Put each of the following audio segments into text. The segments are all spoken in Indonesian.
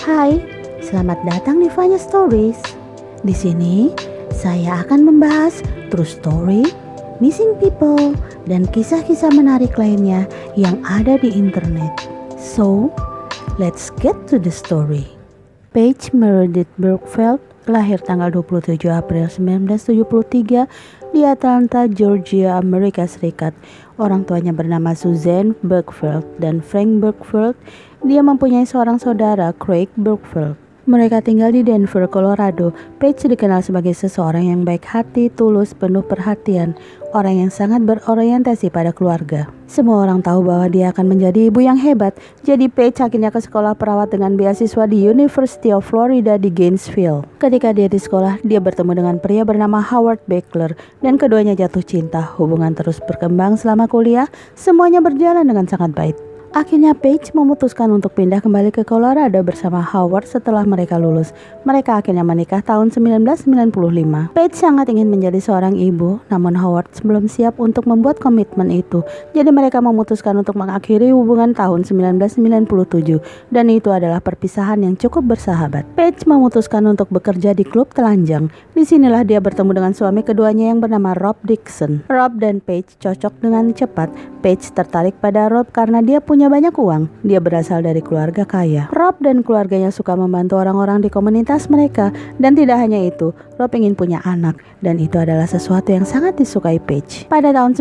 Hai, selamat datang di Vanya Stories. Di sini saya akan membahas true story, missing people, dan kisah-kisah menarik lainnya yang ada di internet. So, let's get to the story. Paige Meredith Burkfeld lahir tanggal 27 April 1973 di Atlanta, Georgia, Amerika Serikat. Orang tuanya bernama Suzanne Burkfeld dan Frank Burkfeld. Dia mempunyai seorang saudara, Craig Burkfeld. Mereka tinggal di Denver, Colorado. Paige dikenal sebagai seseorang yang baik hati, tulus, penuh perhatian, orang yang sangat berorientasi pada keluarga. Semua orang tahu bahwa dia akan menjadi ibu yang hebat. Jadi Paige akhirnya ke sekolah perawat dengan beasiswa di University of Florida di Gainesville. Ketika dia di sekolah, dia bertemu dengan pria bernama Howard Beckler dan keduanya jatuh cinta. Hubungan terus berkembang selama kuliah, semuanya berjalan dengan sangat baik. Akhirnya Paige memutuskan untuk pindah kembali ke Colorado bersama Howard setelah mereka lulus. Mereka akhirnya menikah tahun 1995. Paige sangat ingin menjadi seorang ibu, namun Howard belum siap untuk membuat komitmen itu. Jadi mereka memutuskan untuk mengakhiri hubungan tahun 1997 dan itu adalah perpisahan yang cukup bersahabat. Paige memutuskan untuk bekerja di klub telanjang. Disinilah dia bertemu dengan suami keduanya yang bernama Rob Dixon. Rob dan Paige cocok dengan cepat. Paige tertarik pada Rob karena dia punya banyak uang. Dia berasal dari keluarga kaya. Rob dan keluarganya suka membantu orang-orang di komunitas mereka. Dan tidak hanya itu, Rob ingin punya anak. Dan itu adalah sesuatu yang sangat disukai Paige. Pada tahun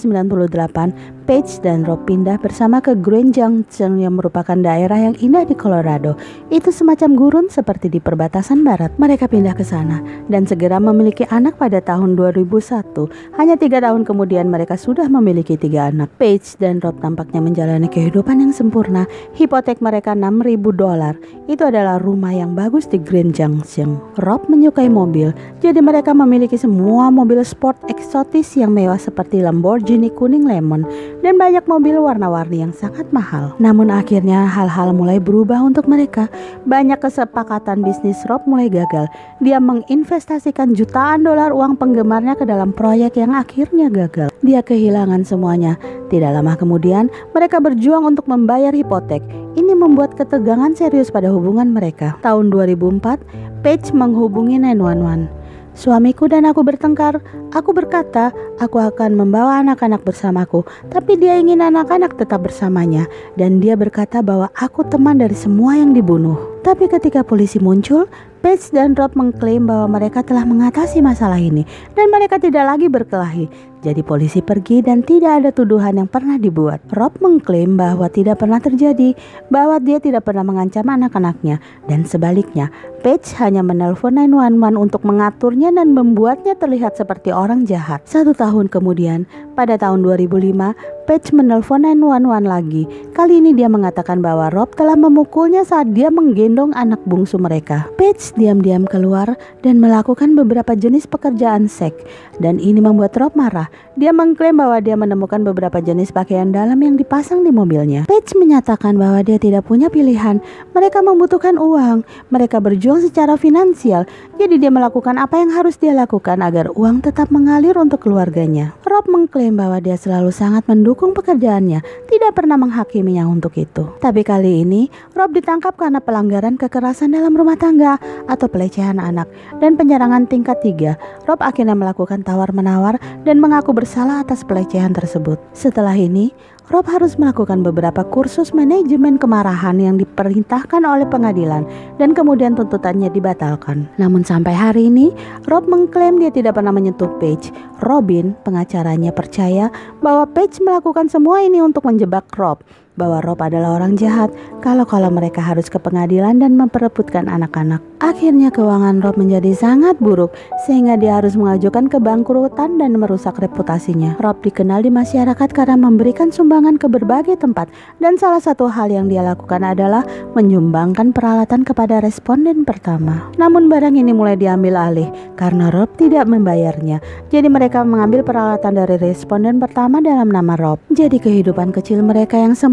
1998, Paige dan Rob pindah bersama ke Grand Junction yang merupakan daerah yang indah di Colorado. Itu semacam gurun seperti di perbatasan barat. Mereka pindah ke sana dan segera memiliki anak pada tahun 2001. Hanya 3 tahun kemudian mereka sudah memiliki 3 anak. Paige dan Rob tampaknya menjalani kehidupan yang sempurna. Hipotek mereka $6.000. Itu adalah rumah yang bagus di Grand Junction. Rob menyukai mobil, jadi mereka memiliki semua mobil sport eksotis yang mewah seperti Lamborghini kuning lemon dan banyak mobil warna-warni yang sangat mahal. Namun akhirnya hal-hal mulai berubah untuk mereka. Banyak kesepakatan bisnis Rob mulai gagal. Dia menginvestasikan jutaan dolar uang penggemarnya ke dalam proyek yang akhirnya gagal. Dia kehilangan semuanya. Tidak lama kemudian, mereka berjuang untuk membayar hipotek. Ini membuat ketegangan serius pada hubungan mereka. Tahun 2004, Paige menghubungi 911. Suamiku dan aku bertengkar. Aku berkata, aku akan membawa anak-anak bersamaku, tapi dia ingin anak-anak tetap bersamanya. Dan dia berkata bahwa aku teman dari semua yang dibunuh. Tapi ketika polisi muncul, Paige dan Rob mengklaim bahwa mereka telah mengatasi masalah ini dan mereka tidak lagi berkelahi. Jadi polisi pergi dan tidak ada tuduhan yang pernah dibuat. Rob mengklaim bahwa tidak pernah terjadi, bahwa dia tidak pernah mengancam anak-anaknya. Dan sebaliknya, Paige hanya menelpon 911 untuk mengaturnya dan membuatnya terlihat seperti orang jahat. 1 tahun kemudian, pada tahun 2005, Paige menelpon 911 lagi. Kali ini dia mengatakan bahwa Rob telah memukulnya saat dia menggendong anak bungsu mereka. Paige diam-diam keluar dan melakukan beberapa jenis pekerjaan seks. Dan ini membuat Rob marah. Dia mengklaim bahwa dia menemukan beberapa jenis pakaian dalam yang dipasang di mobilnya. Paige menyatakan bahwa dia tidak punya pilihan. Mereka membutuhkan uang. Mereka berjuang secara finansial. Jadi dia melakukan apa yang harus dia lakukan agar uang tetap mengalir untuk keluarganya. Rob mengklaim bahwa dia selalu sangat mendukung pekerjaannya, tidak pernah menghakiminya untuk itu. Tapi kali ini, Rob ditangkap karena pelanggaran kekerasan dalam rumah tangga atau pelecehan anak dan penyerangan tingkat 3. Rob akhirnya melakukan tawar-menawar dan mengaku bersalah atas pelecehan tersebut. Setelah ini, Rob harus melakukan beberapa kursus manajemen kemarahan yang diperintahkan oleh pengadilan dan kemudian tuntutannya dibatalkan. Namun sampai hari ini, Rob mengklaim dia tidak pernah menyentuh Paige. Robin, pengacaranya, percaya bahwa Paige melakukan semua ini untuk menjebak Rob, bahwa Rob adalah orang jahat kalau mereka harus ke pengadilan dan memperebutkan anak-anak. Akhirnya keuangan Rob menjadi sangat buruk sehingga dia harus mengajukan kebangkrutan dan merusak reputasinya. Rob dikenal di masyarakat karena memberikan sumbangan ke berbagai tempat dan salah satu hal yang dia lakukan adalah menyumbangkan peralatan kepada responden pertama. Namun barang ini mulai diambil alih karena Rob tidak membayarnya. Jadi mereka mengambil peralatan dari responden pertama dalam nama Rob. Jadi kehidupan kecil mereka yang sempurna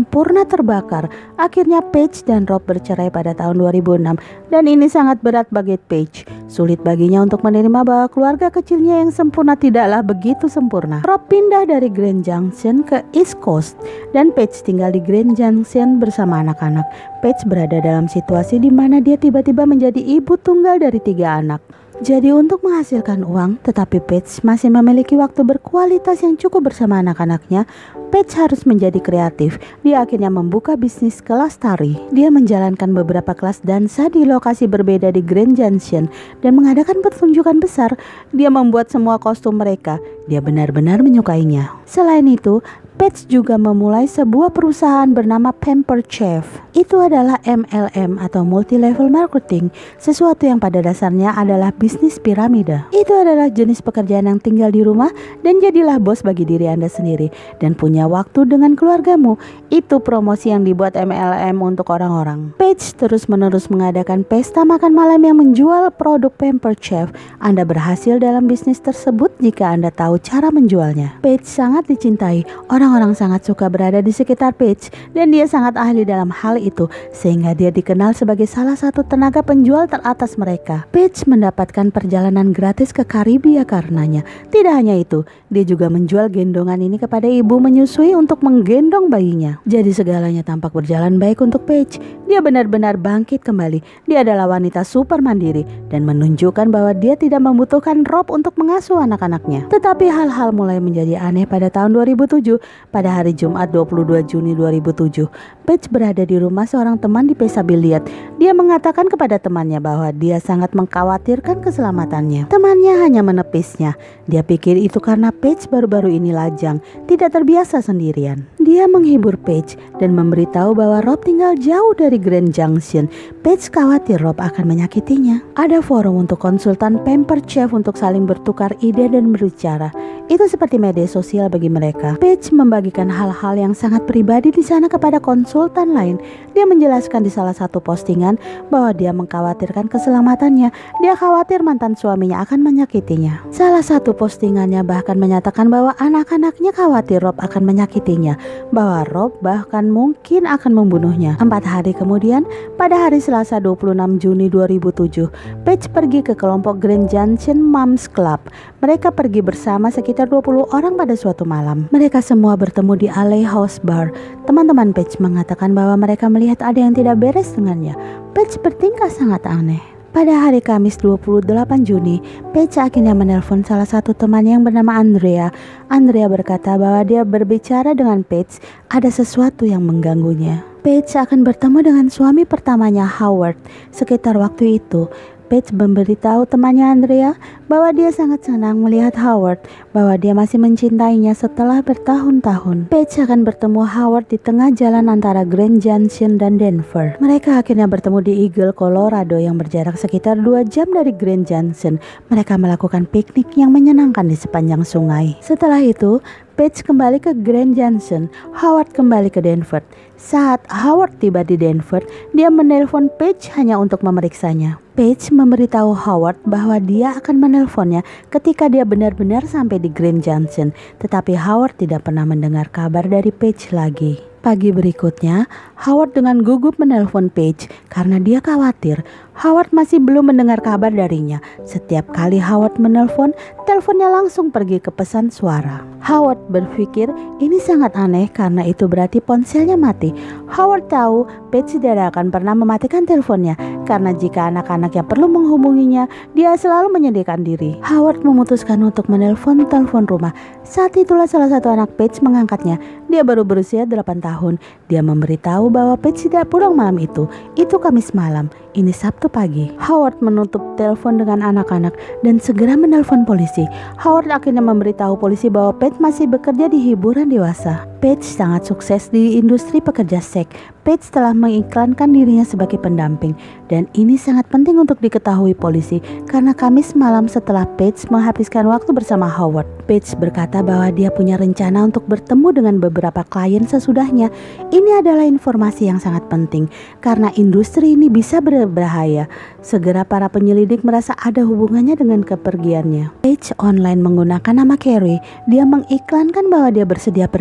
sempurna terbakar. Akhirnya Paige dan Rob bercerai pada tahun 2006 dan ini sangat berat bagi Paige. Sulit baginya untuk menerima bahwa keluarga kecilnya yang sempurna tidaklah begitu sempurna. Rob pindah dari Grand Junction ke East Coast dan Paige tinggal di Grand Junction bersama anak-anak. Paige berada dalam situasi di mana dia tiba-tiba menjadi ibu tunggal dari 3 anak. Jadi untuk menghasilkan uang, tetapi Paige masih memiliki waktu berkualitas yang cukup bersama anak-anaknya, Paige harus menjadi kreatif. Dia akhirnya membuka bisnis kelas tari. Dia menjalankan beberapa kelas dansa di lokasi berbeda di Grand Junction dan mengadakan pertunjukan besar. Dia membuat semua kostum mereka. Dia benar-benar menyukainya. Selain itu, Paige juga memulai sebuah perusahaan bernama Pampered Chef. Itu adalah MLM atau Multi Level Marketing, sesuatu yang pada dasarnya adalah bisnis piramida. Itu adalah jenis pekerjaan yang tinggal di rumah dan jadilah bos bagi diri Anda sendiri dan punya waktu dengan keluargamu. Itu promosi yang dibuat MLM untuk orang-orang. Paige terus-menerus mengadakan pesta makan malam yang menjual produk Pampered Chef. Anda berhasil dalam bisnis tersebut jika Anda tahu cara menjualnya. Paige sangat dicintai. Orang-orang sangat suka berada di sekitar Paige dan dia sangat ahli dalam hal itu sehingga dia dikenal sebagai salah satu tenaga penjual teratas mereka. Paige mendapatkan perjalanan gratis ke Karibia karenanya. Tidak hanya itu, dia juga menjual gendongan ini kepada ibu menyusui untuk menggendong bayinya. Jadi segalanya tampak berjalan baik untuk Paige. Dia benar-benar bangkit kembali. Dia adalah wanita super mandiri dan menunjukkan bahwa dia tidak membutuhkan Rob untuk mengasuh anak-anaknya. Tetapi hal-hal mulai menjadi aneh pada tahun 2007. Pada hari Jumat 22 Juni 2007, Paige berada di rumah seorang teman di pesta biliar. Dia mengatakan kepada temannya bahwa dia sangat mengkhawatirkan keselamatannya. Temannya hanya menepisnya. Dia pikir itu karena Paige baru-baru ini lajang, tidak terbiasa sendirian. Dia menghibur Paige dan memberitahu bahwa Rob tinggal jauh dari Grand Junction. Paige khawatir Rob akan menyakitinya. Ada forum untuk konsultan Pampered Chef untuk saling bertukar ide dan berbicara. Itu seperti media sosial bagi mereka. Paige membagikan hal-hal yang sangat pribadi di sana kepada konsultan lain. Dia menjelaskan di salah satu postingan bahwa dia mengkhawatirkan keselamatannya. Dia khawatir mantan suaminya akan menyakitinya. Salah satu postingannya bahkan menyatakan bahwa anak-anaknya khawatir Rob akan menyakitinya, bahwa Rob bahkan mungkin akan membunuhnya. 4 hari kemudian, pada hari Selasa 26 Juni 2007, Paige pergi ke kelompok Grand Junction Moms Club. Mereka pergi bersama sekitar 20 orang pada suatu malam. Mereka semua bertemu di Alley House Bar. Teman-teman Paige mengatakan bahwa mereka melihat ada yang tidak beres dengannya. Paige bertingkah sangat aneh. Pada hari Kamis 28 Juni, Paige akhirnya menelpon salah satu temannya yang bernama Andrea. Andrea berkata bahwa dia berbicara dengan Paige, ada sesuatu yang mengganggunya. Paige akan bertemu dengan suami pertamanya Howard. Sekitar waktu itu, Paige memberitahu temannya Andrea bahwa dia sangat senang melihat Howard, bahwa dia masih mencintainya setelah bertahun-tahun. Paige akan bertemu Howard di tengah jalan antara Grand Junction dan Denver. Mereka akhirnya bertemu di Eagle, Colorado yang berjarak sekitar 2 jam dari Grand Junction. Mereka melakukan piknik yang menyenangkan di sepanjang sungai. Setelah itu, Paige kembali ke Grand Junction, Howard kembali ke Denver. Saat Howard tiba di Denver, dia menelpon Paige hanya untuk memeriksanya. Paige memberitahu Howard bahwa dia akan menelponnya ketika dia benar-benar sampai di Grand Junction, tetapi Howard tidak pernah mendengar kabar dari Paige lagi. Pagi berikutnya, Howard dengan gugup menelpon Paige karena dia khawatir Howard masih belum mendengar kabar darinya. Setiap kali Howard menelpon, teleponnya langsung pergi ke pesan suara. Howard berpikir ini sangat aneh karena itu berarti ponselnya mati. Howard tahu Paige tidak akan pernah mematikan teleponnya karena jika anak-anaknya perlu menghubunginya, dia selalu menyediakan diri. Howard memutuskan untuk menelpon telepon rumah. Saat itulah salah satu anak Paige mengangkatnya. Dia baru berusia 8 tahun. Dia memberitahu bahwa Paige tidak pulang malam itu. Itu Kamis malam. Ini Sabtu pagi. Howard menutup telepon dengan anak-anak dan segera menelpon polisi. Howard akhirnya memberitahu polisi bahwa Paige masih bekerja di hiburan dewasa. Paige sangat sukses di industri pekerja seks. Paige telah mengiklankan dirinya sebagai pendamping dan ini sangat penting untuk diketahui polisi karena Kamis malam setelah Paige menghabiskan waktu bersama Howard, Paige berkata bahwa dia punya rencana untuk bertemu dengan beberapa klien sesudahnya. Ini adalah informasi yang sangat penting karena industri ini bisa berbahaya. Segera para penyelidik merasa ada hubungannya dengan kepergiannya. Paige online menggunakan nama Carrie. Dia mengiklankan bahwa dia bersedia pergi ke rumah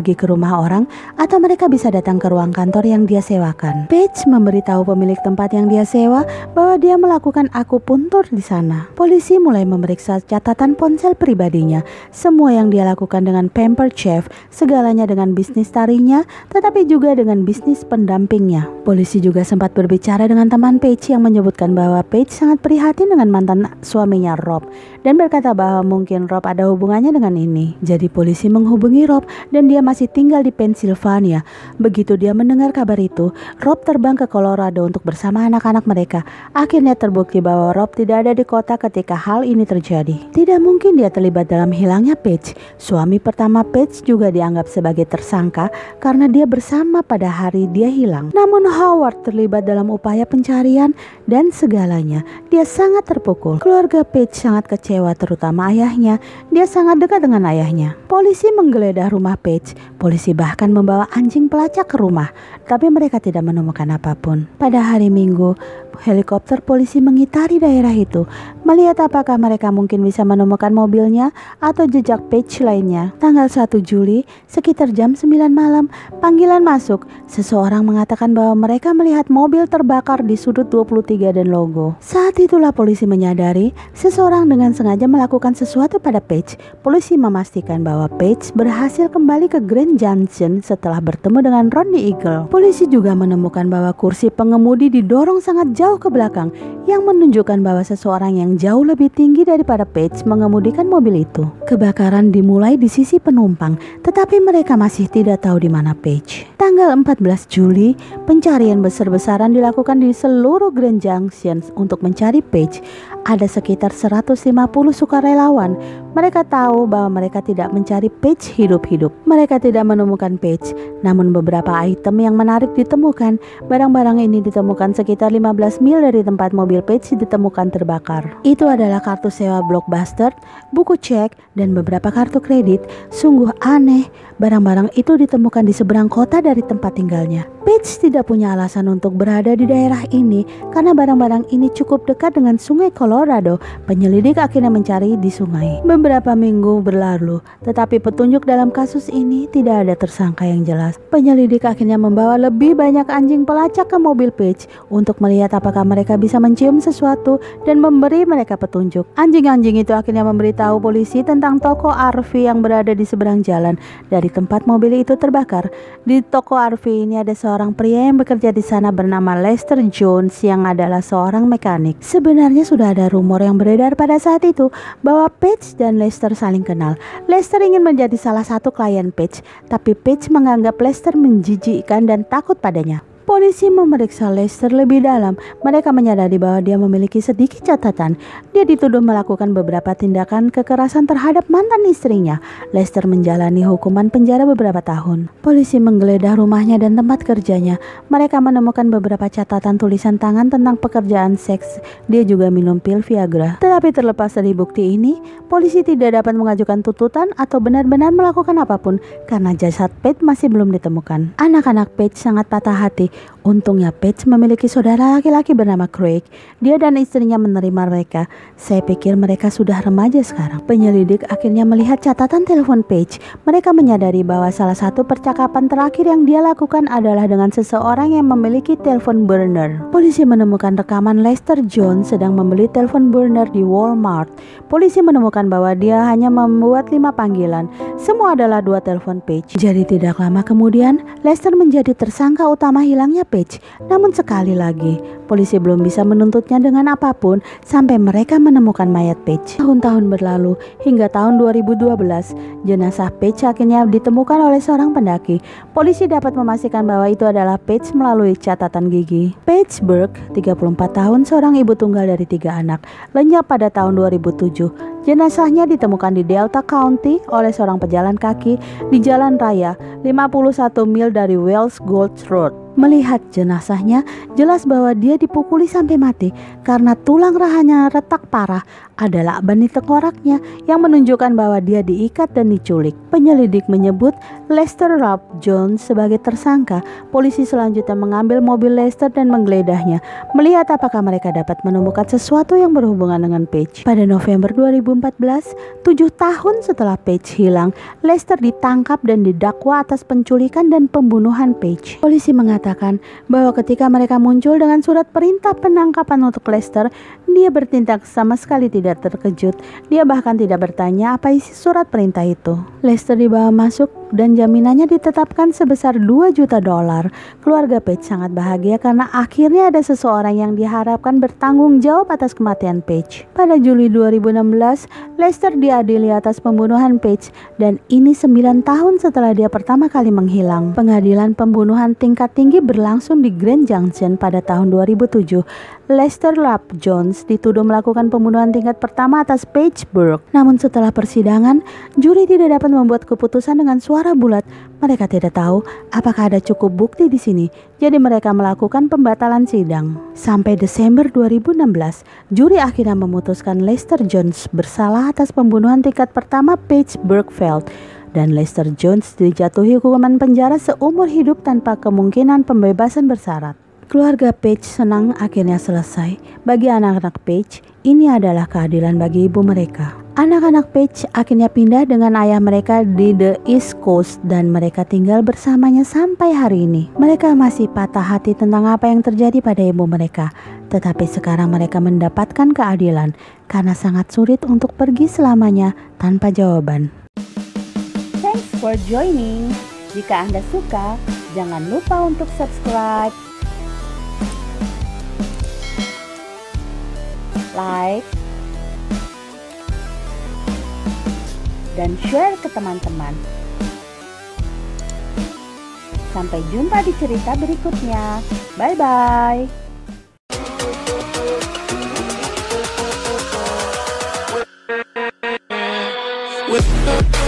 rumah orang atau mereka bisa datang ke ruang kantor yang dia sewakan. Paige memberitahu pemilik tempat yang dia sewa bahwa dia melakukan akupuntur di sana. Polisi mulai memeriksa catatan ponsel pribadinya, semua yang dia lakukan dengan pamper chef, segalanya dengan bisnis tarinya, tetapi juga dengan bisnis pendampingnya. Polisi juga sempat berbicara dengan teman Paige yang menyebutkan bahwa Paige sangat prihatin dengan mantan suaminya Rob dan berkata bahwa mungkin Rob ada hubungannya dengan ini. Jadi polisi menghubungi Rob dan dia masih tinggal di Pennsylvania. Begitu dia mendengar kabar itu, Rob terbang ke Colorado untuk bersama anak-anak mereka. Akhirnya terbukti bahwa Rob tidak ada di kota ketika hal ini terjadi. Tidak mungkin dia terlibat dalam hilangnya Paige. Suami pertama Paige juga dianggap sebagai tersangka karena dia bersama pada hari dia hilang. Namun Howard terlibat dalam upaya pencarian dan segalanya. Dia sangat terpukul. Keluarga Paige sangat kecewa, terutama ayahnya. Dia sangat dekat dengan ayahnya. Polisi menggeledah rumah Paige. Polisi bahkan membawa anjing pelacak ke rumah, tapi mereka tidak menemukan apapun. Pada hari Minggu, helikopter polisi mengitari daerah itu, melihat apakah mereka mungkin bisa menemukan mobilnya atau jejak Paige lainnya. Tanggal 1 Juli, sekitar jam 9 malam, panggilan masuk. Seseorang mengatakan bahwa mereka melihat mobil terbakar di sudut 23 dan Logo. Saat itulah polisi menyadari seseorang dengan sengaja melakukan sesuatu pada Paige. Polisi memastikan bahwa Paige berhasil kembali ke Grand Junction setelah bertemu dengan Ron di Eagle. Polisi juga menemukan bahwa kursi pengemudi didorong sangat jauh ke belakang, yang menunjukkan bahwa seseorang yang jauh lebih tinggi daripada Paige mengemudikan mobil itu. Kebakaran dimulai di sisi penumpang, tetapi mereka masih tidak tahu di mana Paige. Tanggal 14 Juli, pencarian besar-besaran dilakukan di seluruh Grand Junction untuk mencari Paige. Ada sekitar 150 sukarelawan. Mereka tahu bahwa mereka tidak mencari Paige hidup-hidup. Mereka tidak menemukan Paige, namun beberapa item yang menarik ditemukan. Barang-barang ini ditemukan sekitar 15 mil dari tempat mobil Paige ditemukan terbakar. Itu adalah kartu sewa Blockbuster, buku cek, dan beberapa kartu kredit. Sungguh aneh, barang-barang itu ditemukan di seberang kota dari tempat tinggalnya. Paige tidak punya alasan untuk berada di daerah ini karena barang-barang ini cukup dekat dengan sungai Colorado. Penyelidik akhirnya mencari di sungai. Beberapa minggu berlalu, tetapi petunjuk dalam kasus ini tidak ada tersangka yang jelas. Penyelidik akhirnya membawa lebih banyak anjing pelacak ke mobil Paige untuk melihat apakah mereka bisa mencium sesuatu dan memberi mereka petunjuk. Anjing-anjing itu akhirnya memberitahu polisi tentang toko RV yang berada di seberang jalan dari tempat mobil itu terbakar. Di toko RV ini ada seorang pria yang bekerja di sana bernama Lester Jones yang adalah seorang mekanik. Sebenarnya sudah ada rumor yang beredar pada saat itu bahwa Paige dan Lester saling kenal. Lester ingin menjadi salah satu klien Paige, tapi Paige menganggap Lester menjijikkan dan takut padanya. Polisi memeriksa Lester lebih dalam. Mereka menyadari bahwa dia memiliki sedikit catatan. Dia dituduh melakukan beberapa tindakan kekerasan terhadap mantan istrinya. Lester menjalani hukuman penjara beberapa tahun. Polisi menggeledah rumahnya dan tempat kerjanya. Mereka menemukan beberapa catatan tulisan tangan tentang pekerjaan seks. Dia juga minum pil Viagra. Tetapi terlepas dari bukti ini, polisi tidak dapat mengajukan tuntutan atau benar-benar melakukan apapun karena jasad Paige masih belum ditemukan. Anak-anak Paige sangat patah hati. Untungnya Paige memiliki saudara laki-laki bernama Craig. Dia dan istrinya menerima mereka. Saya pikir mereka sudah remaja sekarang. Penyelidik akhirnya melihat catatan telepon Paige. Mereka menyadari bahwa salah satu percakapan terakhir yang dia lakukan adalah dengan seseorang yang memiliki telepon burner. Polisi menemukan rekaman Lester Jones sedang membeli telepon burner di Walmart. Polisi menemukan bahwa dia hanya membuat 5 panggilan. Semua adalah 2 telepon Paige. Jadi tidak lama kemudian, Lester menjadi tersangka utama hilangnya Paige. Namun sekali lagi, polisi belum bisa menuntutnya dengan apapun sampai mereka menemukan mayat Paige. Tahun-tahun berlalu hingga tahun 2012, jenazah Paige akhirnya ditemukan oleh seorang pendaki. Polisi dapat memastikan bahwa itu adalah Paige melalui catatan gigi. Paige Burke, 34 tahun, seorang ibu tunggal dari 3 anak, lenyap pada tahun 2007. Jenazahnya ditemukan di Delta County oleh seorang pejalan kaki di jalan raya 51 mil dari Wells Gulch Road. Melihat jenazahnya, jelas bahwa dia dipukuli sampai mati karena tulang rahanya retak parah. adalah ban di tengkoraknya yang menunjukkan bahwa dia diikat dan diculik. Penyelidik menyebut Lester Ralph Jones sebagai tersangka. Polisi selanjutnya mengambil mobil Lester dan menggeledah melihat apakah mereka dapat menemukan sesuatu yang berhubungan dengan Paige. Pada November 2014, 7 tahun setelah Paige hilang, Lester ditangkap dan didakwa atas penculikan dan pembunuhan Paige. Polisi mengatakan bahwa ketika mereka muncul dengan surat perintah penangkapan untuk Lester, dia bertindak sama sekali tidak terkejut. Dia bahkan tidak bertanya apa isi surat perintah itu. Lester dibawa masuk dan jaminannya ditetapkan sebesar $2 juta. Keluarga Paige sangat bahagia karena akhirnya ada seseorang yang diharapkan bertanggung jawab atas kematian Paige. Pada Juli 2016, Lester diadili atas pembunuhan Paige dan ini 9 tahun setelah dia pertama kali menghilang. Pengadilan pembunuhan tingkat tinggi berlangsung di Grand Junction pada tahun 2007. Lester Ralph Jones dituduh melakukan pembunuhan tingkat pertama atas Paige Burke. Namun setelah persidangan, juri tidak dapat membuat keputusan dengan suara bulat. Mereka tidak tahu apakah ada cukup bukti di sini. Jadi mereka melakukan pembatalan sidang. Sampai Desember 2016, juri akhirnya memutuskan Lester Jones bersalah atas pembunuhan tingkat pertama Paige Burkeveld. Dan Lester Jones dijatuhi hukuman penjara seumur hidup tanpa kemungkinan pembebasan bersyarat. Keluarga Paige senang akhirnya selesai. Bagi anak-anak Paige, ini adalah keadilan bagi ibu mereka. Anak-anak Paige akhirnya pindah dengan ayah mereka di the East Coast dan mereka tinggal bersamanya sampai hari ini. Mereka masih patah hati tentang apa yang terjadi pada ibu mereka. Tetapi sekarang mereka mendapatkan keadilan karena sangat sulit untuk pergi selamanya tanpa jawaban. Thanks for joining. Jika Anda suka, jangan lupa untuk subscribe, like, dan share ke teman-teman. Sampai jumpa di cerita berikutnya. Bye-bye.